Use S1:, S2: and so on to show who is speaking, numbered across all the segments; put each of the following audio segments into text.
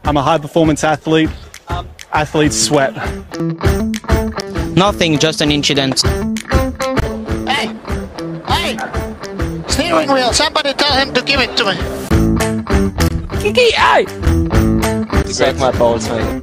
S1: I'm a high performance athlete. Athletes sweat.
S2: Nothing, just an incident.
S3: Hey! Hey! Steering wheel, somebody tell him to give it to me.
S2: Kiki, hey!
S4: Break my balls, mate.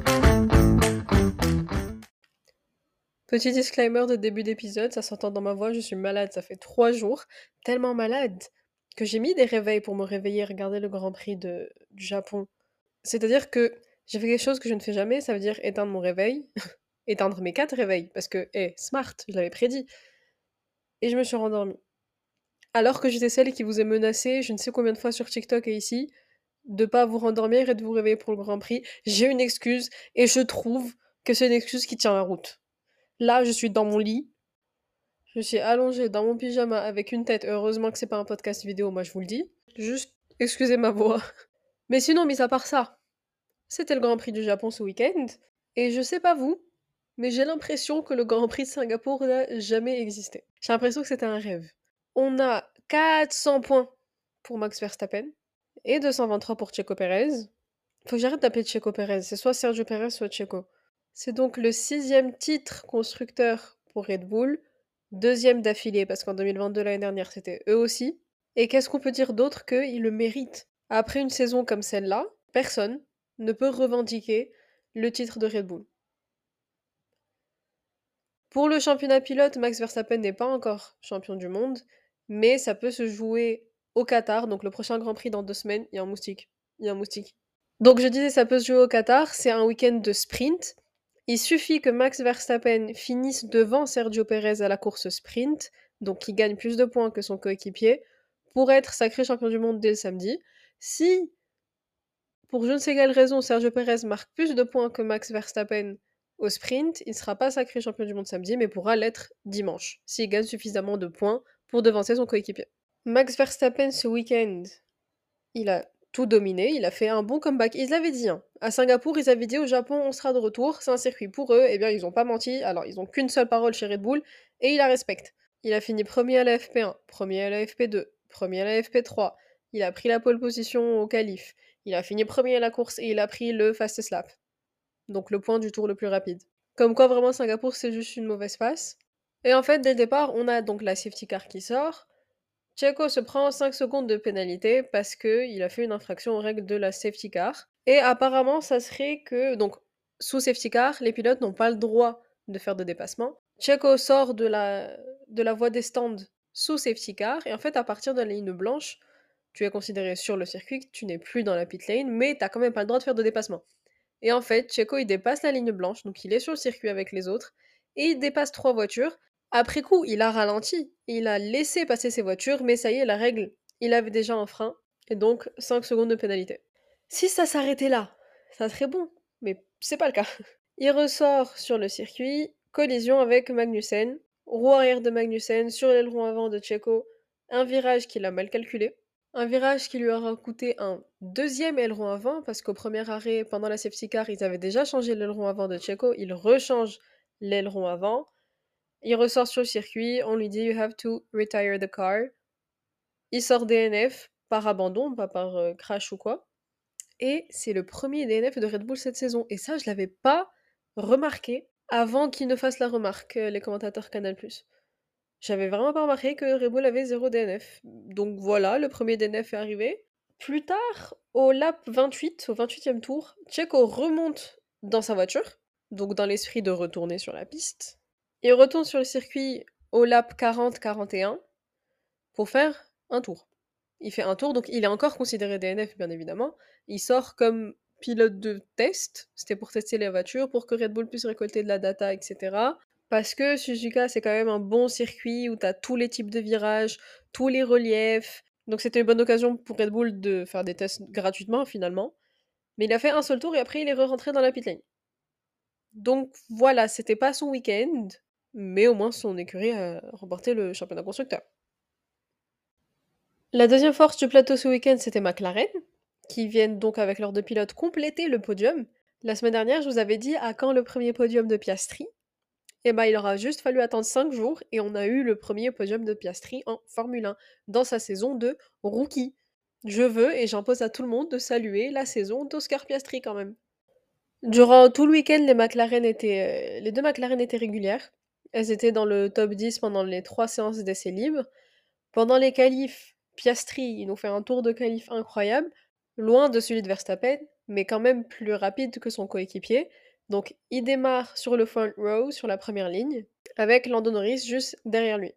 S5: Petit disclaimer de début d'épisode, ça s'entend dans ma voix, je suis malade, ça fait 3 jours, tellement malade, que j'ai mis des réveils pour me réveiller et regarder le Grand Prix du Japon. C'est-à-dire que j'ai fait quelque chose que je ne fais jamais, ça veut dire éteindre mon réveil, éteindre mes 4 réveils, parce que, smart, je l'avais prédit. Et je me suis rendormie. Alors que j'étais celle qui vous a menacé, je ne sais combien de fois sur TikTok et ici, de pas vous rendormir et de vous réveiller pour le Grand Prix, j'ai une excuse, et je trouve que c'est une excuse qui tient la route. Là, je suis dans mon lit, je suis allongée dans mon pyjama avec une tête, heureusement que c'est pas un podcast vidéo, moi je vous le dis, juste excusez ma voix. Mais sinon, mis à part ça, c'était le Grand Prix du Japon ce week-end, et je sais pas vous, mais j'ai l'impression que le Grand Prix de Singapour n'a jamais existé. J'ai l'impression que c'était un rêve. On a 400 points pour Max Verstappen, et 223 pour Checo Pérez. Faut que j'arrête d'appeler Checo Pérez, c'est soit Sergio Pérez, soit Checo. C'est donc le 6e titre constructeur pour Red Bull, 2e d'affilée, parce qu'en 2022, l'année dernière, c'était eux aussi. Et qu'est-ce qu'on peut dire d'autre qu'ils le méritent? Après une saison comme celle-là, personne ne peut revendiquer le titre de Red Bull. Pour le championnat pilote, Max Verstappen n'est pas encore champion du monde, mais ça peut se jouer au Qatar, donc le prochain Grand Prix dans 2 semaines, il y a un moustique. Donc je disais ça peut se jouer au Qatar, c'est un week-end de sprint. Il suffit que Max Verstappen finisse devant Sergio Pérez à la course sprint, donc qu'il gagne plus de points que son coéquipier, pour être sacré champion du monde dès le samedi. Si, pour je ne sais quelle raison, Sergio Pérez marque plus de points que Max Verstappen au sprint, il ne sera pas sacré champion du monde samedi, mais pourra l'être dimanche, s'il gagne suffisamment de points pour devancer son coéquipier. Max Verstappen, ce week-end, il a tout dominé, il a fait un bon comeback. Ils l'avaient dit, hein. À Singapour, ils avaient dit au Japon, on sera de retour, c'est un circuit pour eux. Eh bien, ils ont pas menti. Alors, ils ont qu'une seule parole chez Red Bull, et ils la respectent. Il a fini premier à la FP1, premier à la FP2, premier à la FP3. Il a pris la pole position au qualif. Il a fini premier à la course et il a pris le fastest lap. Donc le point du tour le plus rapide. Comme quoi, vraiment, Singapour, c'est juste une mauvaise passe. Et en fait, dès le départ, on a donc la safety car qui sort. Checo se prend 5 secondes de pénalité parce qu'il a fait une infraction aux règles de la safety car. Et apparemment, ça serait que, donc, sous safety car, les pilotes n'ont pas le droit de faire de dépassement. Checo sort de la voie des stands sous safety car, et en fait, à partir de la ligne blanche, tu es considéré sur le circuit, tu n'es plus dans la pit lane, mais t'as quand même pas le droit de faire de dépassement. Et en fait, Checo, il dépasse la ligne blanche, donc il est sur le circuit avec les autres, et il dépasse 3 voitures. Après coup, il a ralenti, il a laissé passer ses voitures, mais ça y est, la règle, il avait déjà un frein, et donc 5 secondes de pénalité. Si ça s'arrêtait là, ça serait bon, mais c'est pas le cas. Il ressort sur le circuit, collision avec Magnussen, roue arrière de Magnussen sur l'aileron avant de Checo, un virage qu'il a mal calculé, un virage qui lui aura coûté un 2e aileron avant, parce qu'au premier arrêt, pendant la safety car, ils avaient déjà changé l'aileron avant de Checo, il rechange l'aileron avant. Il ressort sur le circuit, on lui dit « You have to retire the car ». Il sort DNF, par abandon, pas par crash ou quoi. Et c'est le premier DNF de Red Bull cette saison. Et ça, je l'avais pas remarqué avant qu'ils ne fassent la remarque, les commentateurs Canal+. J'avais vraiment pas remarqué que Red Bull avait 0 DNF. Donc voilà, le premier DNF est arrivé. Plus tard, au lap 28, au 28e tour, Checo remonte dans sa voiture, donc dans l'esprit de retourner sur la piste. Il retourne sur le circuit au lap 40-41 pour faire un tour. Il fait un tour, donc il est encore considéré DNF, bien évidemment. Il sort comme pilote de test, c'était pour tester les voitures, pour que Red Bull puisse récolter de la data, etc. Parce que Suzuka, c'est quand même un bon circuit où t'as tous les types de virages, tous les reliefs. Donc c'était une bonne occasion pour Red Bull de faire des tests gratuitement, finalement. Mais il a fait un seul tour et après il est rentré dans la pit lane. Donc voilà, c'était pas son week-end, mais au moins son écurie a remporté le championnat constructeur. La deuxième force du plateau ce week-end, c'était McLaren, qui viennent donc avec leurs 2 pilotes compléter le podium. La semaine dernière, je vous avais dit à quand le premier podium de Piastri. Et il aura juste fallu attendre 5 jours et on a eu le premier podium de Piastri en Formule 1, dans sa saison de rookie. Je veux et j'impose à tout le monde de saluer la saison d'Oscar Piastri quand même. Durant tout le week-end, les deux McLaren étaient régulières. Elles étaient dans le top 10 pendant les 3 séances d'essais libres. Pendant les qualifs, Piastri, il nous fait un tour de qualif incroyable, loin de celui de Verstappen, mais quand même plus rapide que son coéquipier. Donc il démarre sur le front row, sur la première ligne, avec Lando Norris juste derrière lui.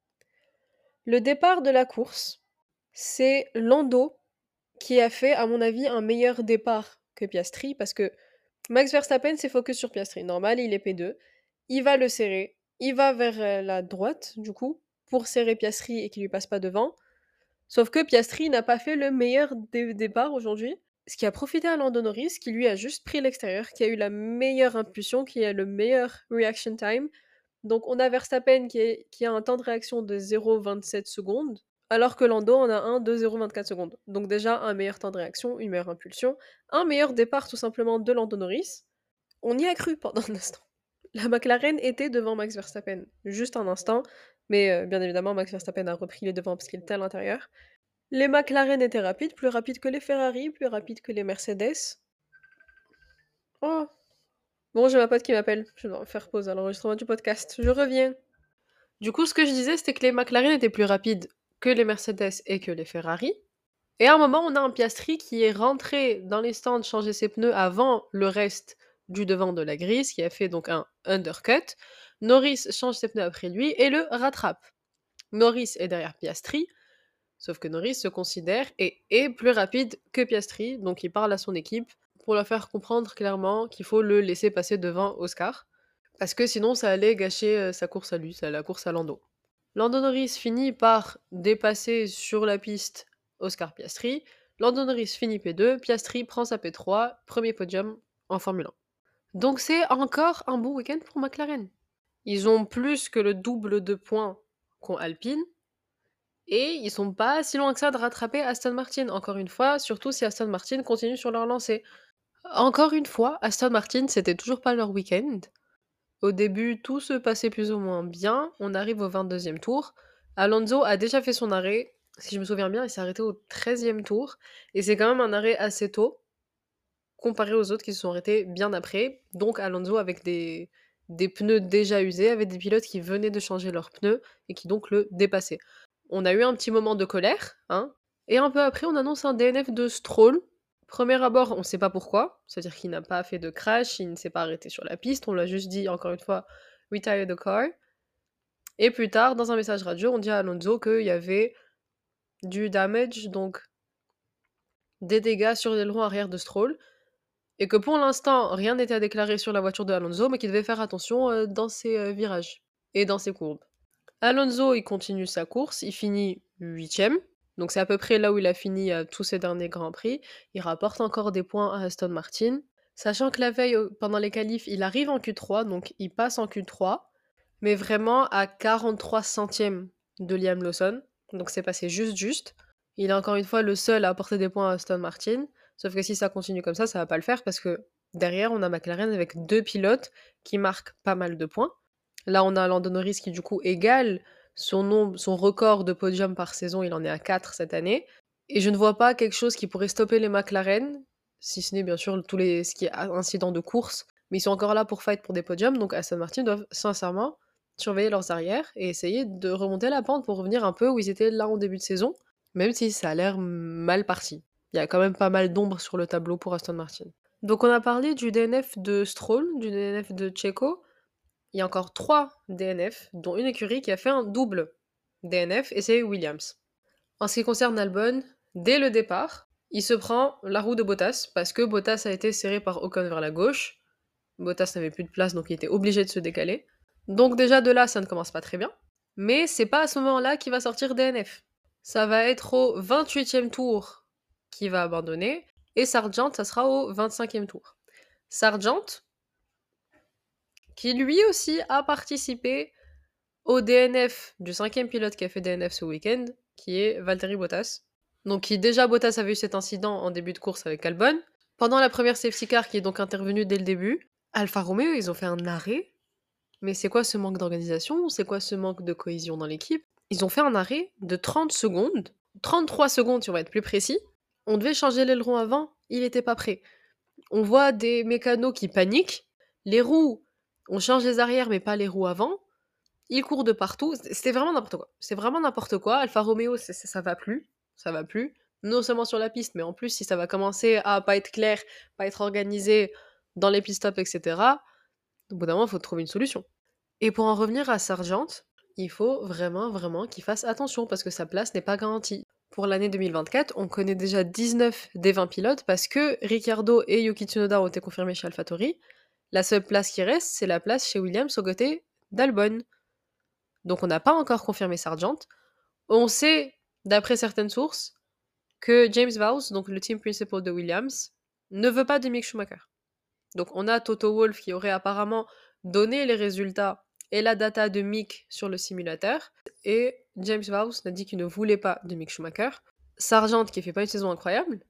S5: Le départ de la course, c'est Lando qui a fait, à mon avis, un meilleur départ que Piastri, parce que Max Verstappen s'est focus sur Piastri. Normal, il est P2. Il va le serrer. Il va vers la droite, du coup, pour serrer Piastri et qu'il lui passe pas devant. Sauf que Piastri n'a pas fait le meilleur départ aujourd'hui. Ce qui a profité à Lando Norris, qui lui a juste pris l'extérieur, qui a eu la meilleure impulsion, qui a le meilleur reaction time. Donc on a Verstappen qui a un temps de réaction de 0,27 secondes, alors que Lando en a un de 0,24 secondes. Donc déjà un meilleur temps de réaction, une meilleure impulsion, un meilleur départ tout simplement de Lando Norris. On y a cru pendant un instant. La McLaren était devant Max Verstappen, juste un instant, mais bien évidemment Max Verstappen a repris les devants parce qu'il était à l'intérieur. Les McLaren étaient rapides, plus rapides que les Ferrari, plus rapides que les Mercedes. Oh, bon, j'ai ma pote qui m'appelle. Je dois faire pause à l'enregistrement du podcast. Je reviens. Du coup, ce que je disais, c'était que les McLaren étaient plus rapides que les Mercedes et que les Ferrari. Et à un moment, on a un Piastri qui est rentré dans les stands changer ses pneus avant le reste du devant de la grille, ce qui a fait donc un undercut. Norris change ses pneus après lui et le rattrape. Norris est derrière Piastri, sauf que Norris se considère et est plus rapide que Piastri, donc il parle à son équipe pour leur faire comprendre clairement qu'il faut le laisser passer devant Oscar, parce que sinon ça allait gâcher sa course à lui, la course à Lando. Lando Norris finit par dépasser sur la piste Oscar Piastri. Lando Norris finit P2, Piastri prend sa P3, premier podium en Formule 1. Donc c'est encore un bon week-end pour McLaren. Ils ont plus que le double de points qu'ont Alpine, et ils sont pas si loin que ça de rattraper Aston Martin, encore une fois, surtout si Aston Martin continue sur leur lancée. Encore une fois, Aston Martin, c'était toujours pas leur week-end. Au début, tout se passait plus ou moins bien. On arrive au 22e tour. Alonso a déjà fait son arrêt. Si je me souviens bien, il s'est arrêté au 13e tour. Et c'est quand même un arrêt assez tôt, comparé aux autres qui se sont arrêtés bien après. Donc Alonso, avec des pneus déjà usés, avec des pilotes qui venaient de changer leurs pneus et qui donc le dépassaient. On a eu un petit moment de colère, hein. Et un peu après, on annonce un DNF de Stroll. Premier abord, on ne sait pas pourquoi, c'est-à-dire qu'il n'a pas fait de crash, il ne s'est pas arrêté sur la piste, on l'a juste dit, encore une fois, retire the car. Et plus tard, dans un message radio, on dit à Alonso qu'il y avait du damage, donc des dégâts sur l'aileron arrière de Stroll, et que pour l'instant, rien n'était à déclarer sur la voiture de Alonso, mais qu'il devait faire attention dans ses virages et dans ses courbes. Alonso, il continue sa course, il finit 8ème, donc c'est à peu près là où il a fini tous ses derniers Grands Prix. Il rapporte encore des points à Aston Martin, sachant que la veille, pendant les qualifs, il arrive en Q3, donc il passe en Q3, mais vraiment à 43 centièmes de Liam Lawson, donc c'est passé juste. Il est encore une fois le seul à apporter des points à Aston Martin, sauf que si ça continue comme ça va pas le faire, parce que derrière, on a McLaren avec 2 pilotes qui marquent pas mal de points. Là, on a Lando Norris qui, du coup, égale son record de podium par saison. Il en est à 4 cette année. Et je ne vois pas quelque chose qui pourrait stopper les McLaren, si ce n'est bien sûr ce qui est incident de course. Mais ils sont encore là pour fight pour des podiums. Donc Aston Martin doivent sincèrement surveiller leurs arrières et essayer de remonter la pente pour revenir un peu où ils étaient là en début de saison. Même si ça a l'air mal parti. Il y a quand même pas mal d'ombre sur le tableau pour Aston Martin. Donc on a parlé du DNF de Stroll, du DNF de Checo. Il y a encore 3 DNF, dont une écurie qui a fait un double DNF, et c'est Williams. En ce qui concerne Albon, dès le départ, il se prend la roue de Bottas, parce que Bottas a été serré par Ocon vers la gauche. Bottas n'avait plus de place, donc il était obligé de se décaler. Donc déjà de là, ça ne commence pas très bien. Mais c'est pas à ce moment-là qu'il va sortir DNF. Ça va être au 28e tour qu'il va abandonner, et Sargent, ça sera au 25e tour. Sargent, qui lui aussi a participé au DNF du 5e pilote qui a fait DNF ce week-end, qui est Valtteri Bottas. Donc déjà Bottas avait eu cet incident en début de course avec Albon. Pendant la première safety car qui est donc intervenue dès le début, Alfa Romeo, ils ont fait un arrêt. Mais c'est quoi ce manque d'organisation? C'est quoi ce manque de cohésion dans l'équipe? Ils ont fait un arrêt de 30 secondes 33 secondes, si on va être plus précis. On devait changer l'aileron avant, il était pas prêt. On voit des mécanos qui paniquent. Les roues, on change les arrières, mais pas les roues avant. Il court de partout. C'était vraiment n'importe quoi. C'est vraiment n'importe quoi. Alfa Romeo, ça va plus. Ça va plus. Non seulement sur la piste, mais en plus, si ça va commencer à pas être clair, pas être organisé dans les pit stops, etc., au bout d'un moment, il faut trouver une solution. Et pour en revenir à Sargent, il faut vraiment, vraiment qu'il fasse attention parce que sa place n'est pas garantie. Pour l'année 2024, on connaît déjà 19 des 20 pilotes parce que Ricciardo et Yuki Tsunoda ont été confirmés chez AlphaTauri. La seule place qui reste, c'est la place chez Williams aux côtés d'Albon. Donc on n'a pas encore confirmé Sargent. On sait, d'après certaines sources, que James Vowles, donc le team principal de Williams, ne veut pas de Mick Schumacher. Donc on a Toto Wolff qui aurait apparemment donné les résultats et la data de Mick sur le simulateur, et James Vowles a dit qu'il ne voulait pas de Mick Schumacher. Sargent, qui fait pas une saison incroyable,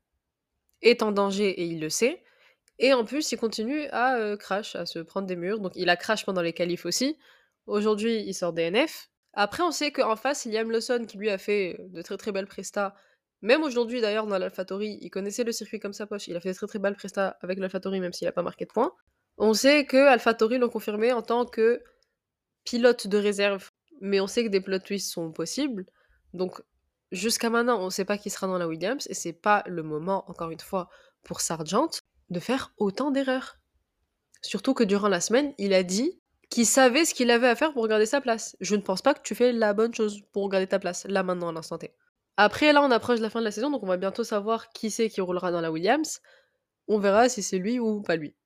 S5: est en danger et il le sait, et en plus il continue à crash, à se prendre des murs, donc il a crash pendant les qualifs aussi. Aujourd'hui il sort DNF. Après on sait qu'en face Liam Lawson qui lui a fait de très très belles prestats, même aujourd'hui d'ailleurs dans l'AlphaTauri, il connaissait le circuit comme sa poche, il a fait de très très belles prestats avec l'AlphaTauri même s'il n'a pas marqué de points. On sait que AlphaTauri l'ont confirmé en tant que pilote de réserve, mais on sait que des plot twists sont possibles, donc jusqu'à maintenant on ne sait pas qui sera dans la Williams, et c'est pas le moment, encore une fois, pour Sargent de faire autant d'erreurs. Surtout que durant la semaine, il a dit qu'il savait ce qu'il avait à faire pour garder sa place. Je ne pense pas que tu fais la bonne chose pour garder ta place, là maintenant, à l'instant T. Après, là, on approche de la fin de la saison, donc on va bientôt savoir qui c'est qui roulera dans la Williams. On verra si c'est lui ou pas lui.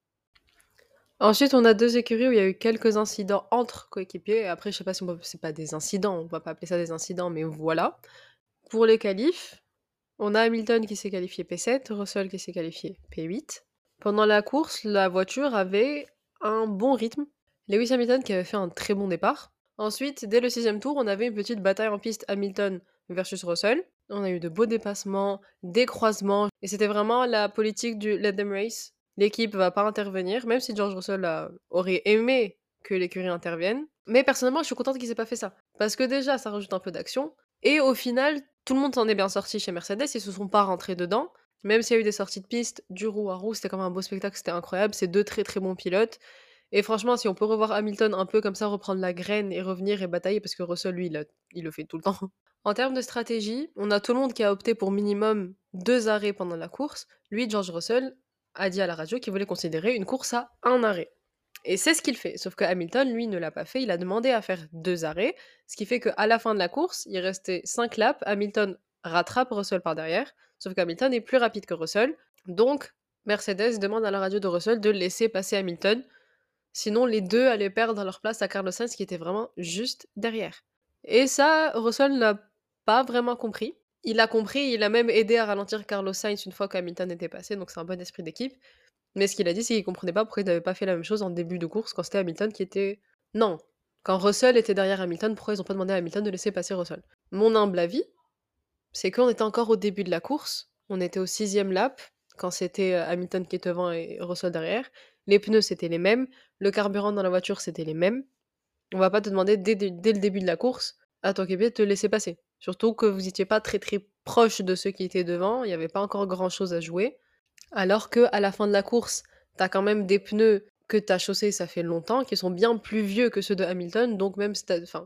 S5: Ensuite, on a deux écuries où il y a eu quelques incidents entre coéquipiers. Et après, je sais pas si c'est pas des incidents, on va pas appeler ça des incidents, mais voilà. Pour les qualifs, on a Hamilton qui s'est qualifié P7, Russell qui s'est qualifié P8. Pendant la course, la voiture avait un bon rythme. Lewis Hamilton qui avait fait un très bon départ. Ensuite, dès le 6ème tour, on avait une petite bataille en piste Hamilton versus Russell. On a eu de beaux dépassements, des croisements, et c'était vraiment la politique du let them race. L'équipe va pas intervenir, même si George Russell aurait aimé que l'écurie intervienne. Mais personnellement, je suis contente qu'il s'ait pas fait ça. Parce que déjà, ça rajoute un peu d'action. Et au final, tout le monde s'en est bien sorti chez Mercedes, ils se sont pas rentrés dedans. Même s'il y a eu des sorties de piste, du roue à roue, c'était quand même un beau spectacle, c'était incroyable. C'est deux très très bons pilotes. Et franchement, si on peut revoir Hamilton un peu comme ça, reprendre la graine et revenir et batailler, parce que Russell, lui, il le fait tout le temps. En termes de stratégie, on a tout le monde qui a opté pour minimum 2 arrêts pendant la course. Lui, George Russell, a dit à la radio qu'il voulait considérer une course à 1 arrêt. Et c'est ce qu'il fait. Sauf que Hamilton, lui, ne l'a pas fait. Il a demandé à faire 2 arrêts. Ce qui fait qu'à la fin de la course, il restait 5 laps. Hamilton rattrape Russell par derrière. Sauf qu'Hamilton est plus rapide que Russell. Donc, Mercedes demande à la radio de Russell de laisser passer Hamilton. Sinon, les deux allaient perdre leur place à Carlos Sainz qui était vraiment juste derrière. Et ça, Russell n'a pas vraiment compris. Il a compris, il a même aidé à ralentir Carlos Sainz une fois qu'Hamilton était passé, donc c'est un bon esprit d'équipe. Mais ce qu'il a dit, c'est qu'il comprenait pas pourquoi il n'avait pas fait la même chose en début de course quand c'était Hamilton qui était... Non, quand Russell était derrière Hamilton, pourquoi ils n'ont pas demandé à Hamilton de laisser passer Russell? Mon humble avis, c'est qu'on était encore au début de la course, on était au 6ème lap, quand c'était Hamilton qui était devant et Russell derrière. Les pneus, c'était les mêmes, le carburant dans la voiture, c'était les mêmes. On va pas te demander dès le début de la course à ton équipier de te laisser passer. Surtout que vous n'étiez pas très très proche de ceux qui étaient devant, il n'y avait pas encore grand chose à jouer. Alors que à la fin de la course, t'as quand même des pneus que t'as chaussés ça fait longtemps, qui sont bien plus vieux que ceux de Hamilton, donc même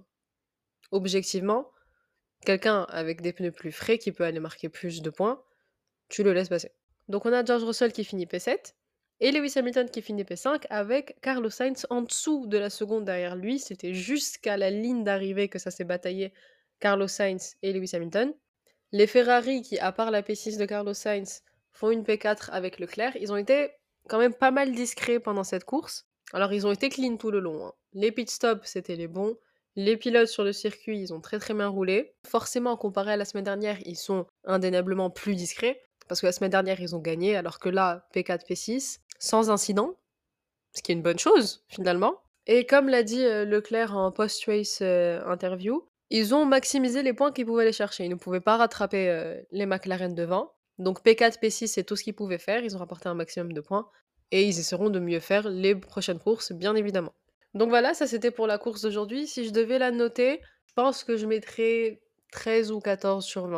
S5: objectivement, quelqu'un avec des pneus plus frais qui peut aller marquer plus de points, tu le laisses passer. Donc on a George Russell qui finit P7, et Lewis Hamilton qui finit P5 avec Carlos Sainz en dessous de la seconde derrière lui. C'était jusqu'à la ligne d'arrivée que ça s'est bataillé, Carlos Sainz et Lewis Hamilton. Les Ferrari qui, à part la P6 de Carlos Sainz, font une P4 avec Leclerc, ils ont été quand même pas mal discrets pendant cette course. Alors ils ont été clean tout le long. Les pit stops, c'était les bons. Les pilotes sur le circuit, ils ont très très bien roulé. Forcément, comparé à la semaine dernière, ils sont indéniablement plus discrets. Parce que la semaine dernière, ils ont gagné, alors que là, P4, P6, sans incident. Ce qui est une bonne chose, finalement. Et comme l'a dit Leclerc en post-race interview, ils ont maximisé les points qu'ils pouvaient aller chercher. Ils ne pouvaient pas rattraper les McLaren devant. Donc P4, P6, c'est tout ce qu'ils pouvaient faire. Ils ont rapporté un maximum de points. Et ils essaieront de mieux faire les prochaines courses, bien évidemment. Donc voilà, ça c'était pour la course d'aujourd'hui. Si je devais la noter, je pense que je mettrais 13 ou 14 sur 20.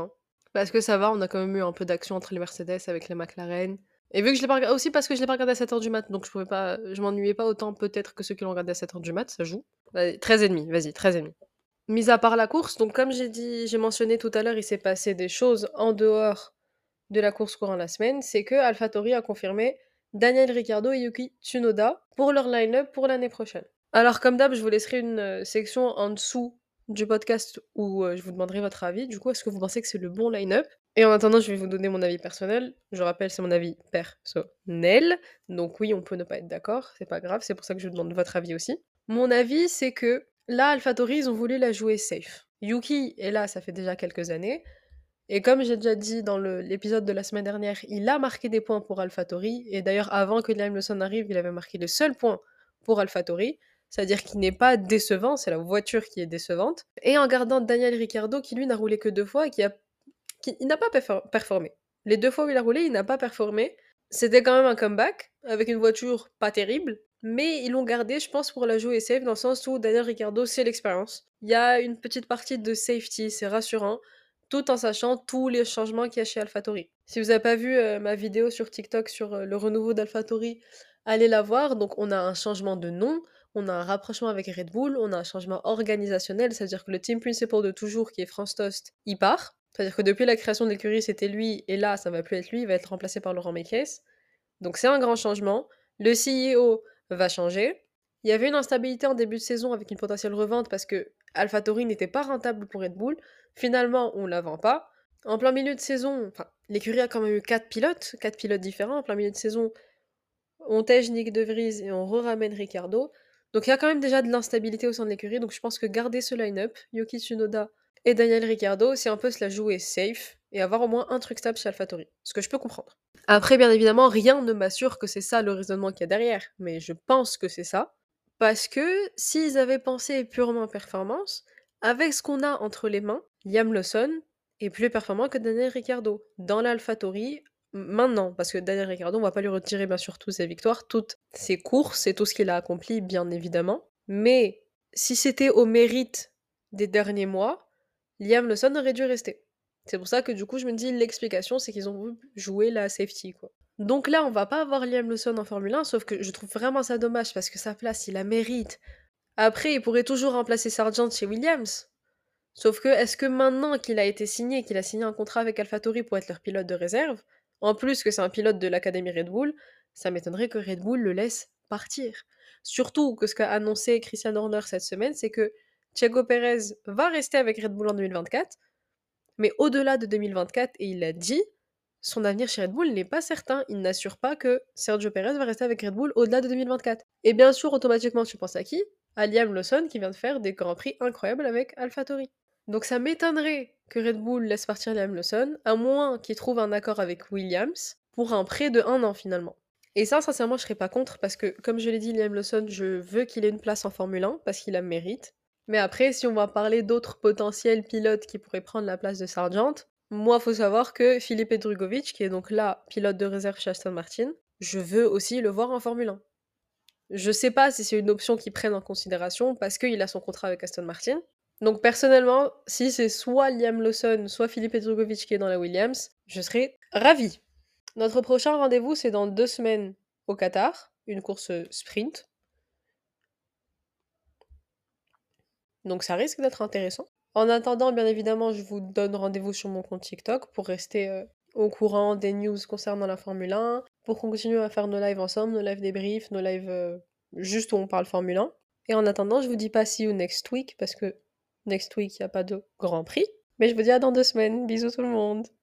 S5: Parce que ça va, on a quand même eu un peu d'action entre les Mercedes avec les McLaren. Et vu que je l'ai pas regardé, aussi parce que je l'ai pas regardé à 7h du mat, donc je m'ennuyais pas autant peut-être que ceux qui l'ont regardé à 7h du mat, ça joue. 13h30, vas-y, 13h30. Mis à part la course, donc comme j'ai mentionné tout à l'heure, il s'est passé des choses en dehors de la course courant la semaine, c'est que AlphaTauri a confirmé Daniel Ricciardo et Yuki Tsunoda pour leur line-up pour l'année prochaine. Alors comme d'hab, je vous laisserai une section en dessous du podcast où je vous demanderai votre avis. Du coup, est-ce que vous pensez que c'est le bon line-up? Et en attendant, je vais vous donner mon avis personnel. Je rappelle, c'est mon avis personnel. Donc oui, on peut ne pas être d'accord, c'est pas grave, c'est pour ça que je vous demande votre avis aussi. Mon avis, c'est que là, AlphaTauri, ils ont voulu la jouer safe. Yuki est là, ça fait déjà quelques années. Et comme j'ai déjà dit dans l'épisode de la semaine dernière, il a marqué des points pour AlphaTauri. Et d'ailleurs, avant que Liam Lawson arrive, il avait marqué le seul point pour AlphaTauri. C'est-à-dire qu'il n'est pas décevant, c'est la voiture qui est décevante. Et en gardant Daniel Ricciardo, qui lui n'a roulé que 2 fois et il n'a pas performé. Les 2 fois où il a roulé, il n'a pas performé. C'était quand même un comeback, avec une voiture pas terrible. Mais ils l'ont gardé, je pense, pour la jouer safe, dans le sens où Daniel Ricciardo, c'est l'expérience. Il y a une petite partie de safety, c'est rassurant, tout en sachant tous les changements qu'il y a chez AlphaTauri. Si vous n'avez pas vu ma vidéo sur TikTok sur le renouveau d'AlphaTauri, allez la voir. Donc on a un changement de nom, on a un rapprochement avec Red Bull, on a un changement organisationnel, c'est-à-dire que le team principal de toujours, qui est France Tost, il part. C'est-à-dire que depuis la création de l'écurie, c'était lui, et là, ça va plus être lui, il va être remplacé par Laurent Mekies. Donc c'est un grand changement. Le CEO va changer. Il y avait une instabilité en début de saison avec une potentielle revente parce que AlphaTauri n'était pas rentable pour Red Bull. Finalement, on la vend pas. En plein milieu de saison, enfin, l'écurie a quand même eu 4 pilotes différents. En plein milieu de saison, on tège Nick De Vries et on re-ramène Ricciardo. Donc il y a quand même déjà de l'instabilité au sein de l'écurie. Donc je pense que garder ce line-up, Yuki Tsunoda et Daniel Ricciardo, c'est un peu se la jouer safe et avoir au moins un truc stable chez AlphaTauri. Ce que je peux comprendre. Après, bien évidemment, rien ne m'assure que c'est ça le raisonnement qu'il y a derrière, mais je pense que c'est ça. Parce que s'ils avaient pensé purement performance, avec ce qu'on a entre les mains, Liam Lawson est plus performant que Daniel Ricciardo. Dans l'AlphaTauri, maintenant, parce que Daniel Ricciardo, on va pas lui retirer bien sûr toutes ses victoires, toutes ses courses et tout ce qu'il a accompli, bien évidemment. Mais si c'était au mérite des derniers mois, Liam Lawson aurait dû rester. C'est pour ça que du coup, je me dis, l'explication, c'est qu'ils ont voulu jouer la safety, quoi. Donc là, on va pas avoir Liam Lawson en Formule 1, sauf que je trouve vraiment ça dommage, parce que sa place, il la mérite. Après, il pourrait toujours remplacer Sargent chez Williams. Sauf que, est-ce que maintenant qu'il a été signé, qu'il a signé un contrat avec AlphaTauri pour être leur pilote de réserve, en plus que c'est un pilote de l'académie Red Bull, ça m'étonnerait que Red Bull le laisse partir. Surtout que ce qu'a annoncé Christian Horner cette semaine, c'est que Checo Pérez va rester avec Red Bull en 2024, mais au-delà de 2024, et il l'a dit, son avenir chez Red Bull n'est pas certain. Il n'assure pas que Sergio Perez va rester avec Red Bull au-delà de 2024. Et bien sûr, automatiquement, tu penses à qui? À Liam Lawson qui vient de faire des grands prix incroyables avec AlphaTauri. Donc ça m'étonnerait que Red Bull laisse partir Liam Lawson, à moins qu'il trouve un accord avec Williams pour un prêt de 1 an finalement. Et ça, sincèrement, je serais pas contre parce que, comme je l'ai dit, Liam Lawson, je veux qu'il ait une place en Formule 1 parce qu'il la mérite. Mais après, si on va parler d'autres potentiels pilotes qui pourraient prendre la place de Sargent, moi, faut savoir que Filipe Drugovich, qui est donc là pilote de réserve chez Aston Martin, je veux aussi le voir en Formule 1. Je sais pas si c'est une option qu'ils prennent en considération parce qu'il a son contrat avec Aston Martin. Donc personnellement, si c'est soit Liam Lawson, soit Filipe Drugovich qui est dans la Williams, je serais ravie. Notre prochain rendez-vous, c'est dans 2 semaines au Qatar, une course sprint. Donc ça risque d'être intéressant. En attendant, bien évidemment, je vous donne rendez-vous sur mon compte TikTok pour rester au courant des news concernant la Formule 1, pour continuer à faire nos lives ensemble, nos lives débriefs, nos lives juste où on parle Formule 1. Et en attendant, je vous dis pas see you next week, parce que next week, il n'y a pas de Grand Prix. Mais je vous dis à dans 2 semaines. Bisous tout le monde.